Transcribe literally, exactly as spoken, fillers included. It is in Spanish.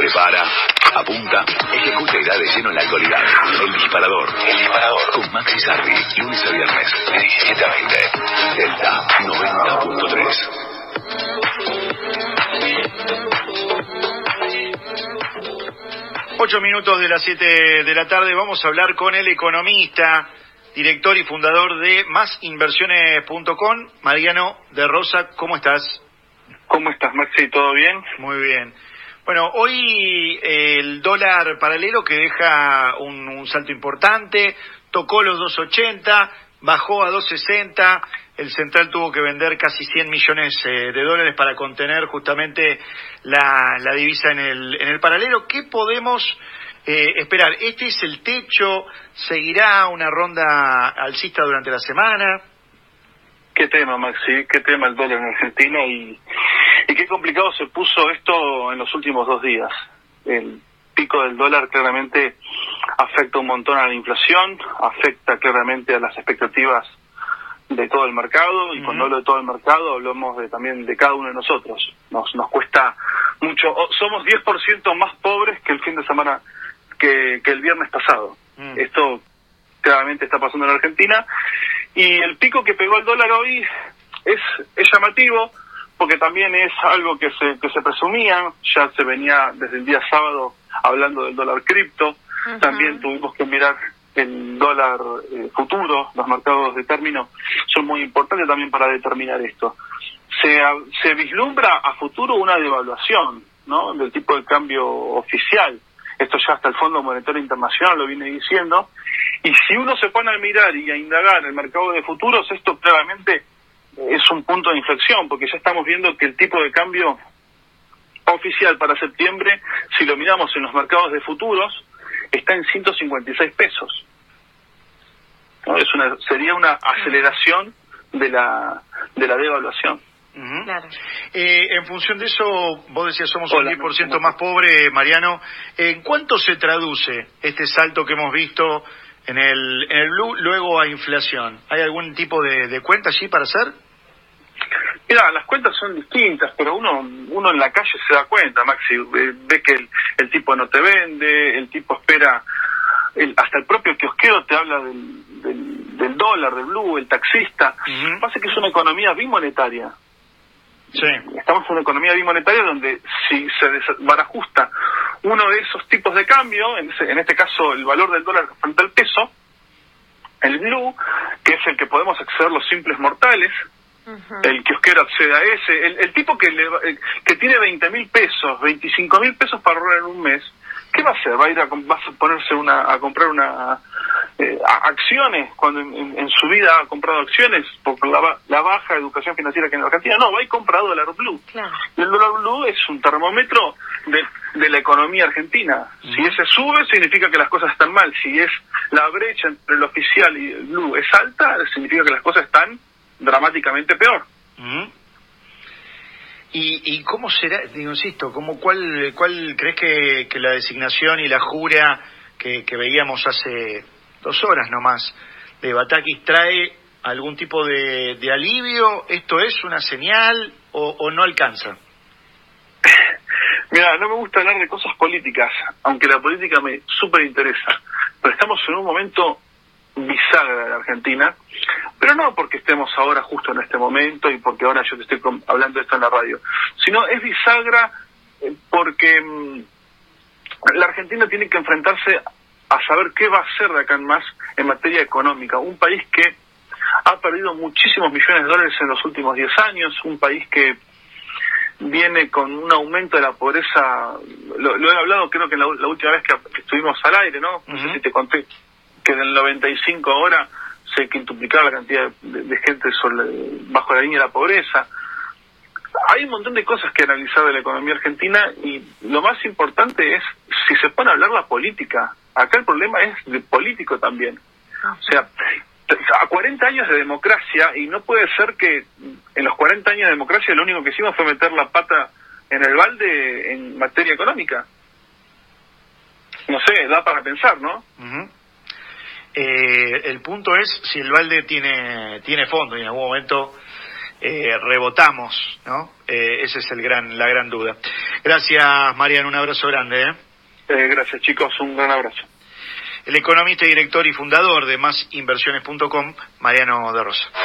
Prepara, apunta, ejecuta y da de lleno en la actualidad. El disparador. El disparador. Con Maxi Sarri, lunes a viernes, de diecisiete a veinte. Delta noventa punto tres. Ocho minutos de las siete de la tarde. Vamos a hablar con el economista, director y fundador de más inversiones punto com, Mariano de Rosa. ¿Cómo estás? ¿Cómo estás, Maxi? ¿Todo bien? Muy bien. Bueno, hoy eh, el dólar paralelo que deja un, un salto importante, tocó los dos ochenta, bajó a dos sesenta, el central tuvo que vender casi cien millones eh, de dólares para contener justamente la, la divisa en el, en el paralelo. ¿Qué podemos eh, esperar? ¿Este es el techo? ¿Seguirá una ronda alcista durante la semana? ¿Qué tema, Maxi? ¿Qué tema el dólar en Argentina? Y, y qué complicado se puso esto en los últimos dos días. El pico del dólar claramente afecta un montón a la inflación, afecta claramente a las expectativas de todo el mercado, y uh-huh. Cuando hablo de todo el mercado hablamos de, también de cada uno de nosotros. Nos nos cuesta mucho. Somos diez por ciento más pobres que el fin de semana, que, que el viernes pasado. Uh-huh. Esto claramente está pasando en Argentina. Y el pico que pegó el dólar hoy es, es llamativo, porque también es algo que se que se presumía, ya se venía desde el día sábado hablando del dólar cripto. Uh-huh. También tuvimos que mirar el dólar eh, futuro. Los mercados de término son muy importantes también para determinar esto. Se, se vislumbra a futuro una devaluación, ¿no?, del tipo de cambio oficial. Esto ya hasta el Fondo Monetario Internacional lo viene diciendo. Y si uno se pone a mirar y a indagar el mercado de futuros, esto claramente es un punto de inflexión, porque ya estamos viendo que el tipo de cambio oficial para septiembre, si lo miramos en los mercados de futuros, está en ciento cincuenta y seis pesos. ¿No? Es una, sería una aceleración de la de la devaluación. Uh-huh. Claro. Eh, en función de eso, vos decías somos Hola, un diez por ciento más pobre, Mariano. ¿En cuánto se traduce este salto que hemos visto en el en el blue luego a inflación? ¿Hay algún tipo de, de cuenta allí para hacer? Mira, las cuentas son distintas, pero uno uno en la calle se da cuenta, Maxi, ve, ve que el, el tipo no te vende, el tipo espera, el, hasta el propio kiosquero te habla del, del, del dólar, del blue, el taxista. Uh-huh. Lo que pasa es que es una economía bimonetaria. Sí. Estamos en una economía bimonetaria donde si se desbarajusta uno de esos tipos de cambio, en, ese, en este caso el valor del dólar frente al peso, el blue, que es el que podemos acceder los simples mortales, uh-huh. El kiosquero accede a ese, el, el tipo que le, el, que tiene veinte mil pesos, veinticinco mil pesos para ahorrar en un mes, ¿qué va a hacer? ¿Va a ir a, va a ponerse una, a comprar una eh, a, acciones cuando en, en, en su vida ha comprado acciones por la, la baja educación financiera que en Argentina? No, va y compra dólar blue. Claro. Y el dólar blue es un termómetro de, de la economía argentina. Uh-huh. Si ese sube, significa que las cosas están mal. Si es la brecha entre el oficial y el blue es alta, significa que las cosas están dramáticamente peor. Uh-huh. ¿Y, y cómo será, digo, insisto, cómo, cuál, cuál crees que, que la designación y la jura que, que veíamos hace dos horas nomás de Batakis trae algún tipo de, de alivio? ¿Esto es una señal o, o no alcanza? Mira, no me gusta hablar de cosas políticas, aunque la política me súper interesa, pero estamos en un momento bisagra de la Argentina, pero no porque estemos ahora justo en este momento y porque ahora yo te estoy hablando de esto en la radio, sino es bisagra porque mmm, la Argentina tiene que enfrentarse a saber qué va a hacer de acá en más en materia económica. Un país que ha perdido muchísimos millones de dólares en los últimos diez años, un país que viene con un aumento de la pobreza, lo, lo he hablado creo que la, la última vez que, que estuvimos al aire, ¿no? No uh-huh. sé si te conté que del noventa y cinco ahora se quintuplicaba la cantidad de, de gente sobre, bajo la línea de la pobreza. Hay un montón de cosas que analizar de la economía argentina y lo más importante es si se pone a hablar la política. Acá el problema es de político también. O sea, a cuarenta años de democracia, y no puede ser que en los cuarenta años de democracia lo único que hicimos fue meter la pata en el balde en materia económica. No sé, da para pensar, ¿no? Uh-huh. Eh, el punto es si el balde tiene tiene fondo y en algún momento eh, rebotamos, ¿no? Eh, esa es el gran, la gran duda. Gracias, Mariano, un abrazo grande, ¿eh? Eh, gracias, chicos, un gran abrazo. El economista y director y fundador de más inversiones punto com, Mariano de Rosa.